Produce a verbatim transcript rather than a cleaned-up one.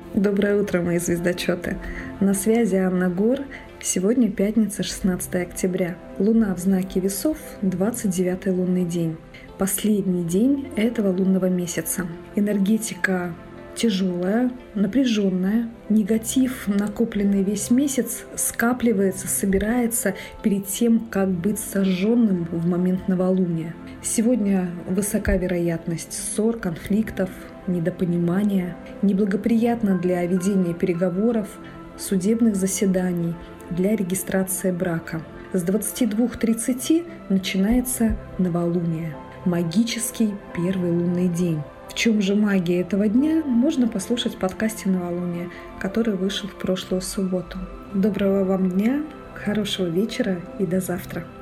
Доброе утро, мои звездочеты! На связи Анна Гор. Сегодня пятница, шестнадцатое октября. Луна в знаке Весов, двадцать девятый лунный день. Последний день этого лунного месяца. Энергетика тяжелая, напряженная. Негатив, накопленный весь месяц, скапливается, собирается перед тем, как быть сожженным в момент новолуния. Сегодня высока вероятность ссор, конфликтов, недопонимания. Неблагоприятно для ведения переговоров, судебных заседаний, для регистрации брака. С двадцати двух тридцати начинается новолуние. Магический первый лунный день. В чем же магия этого дня, можно послушать в подкасте «Новолуние», который вышел в прошлую субботу. Доброго вам дня, хорошего вечера и до завтра.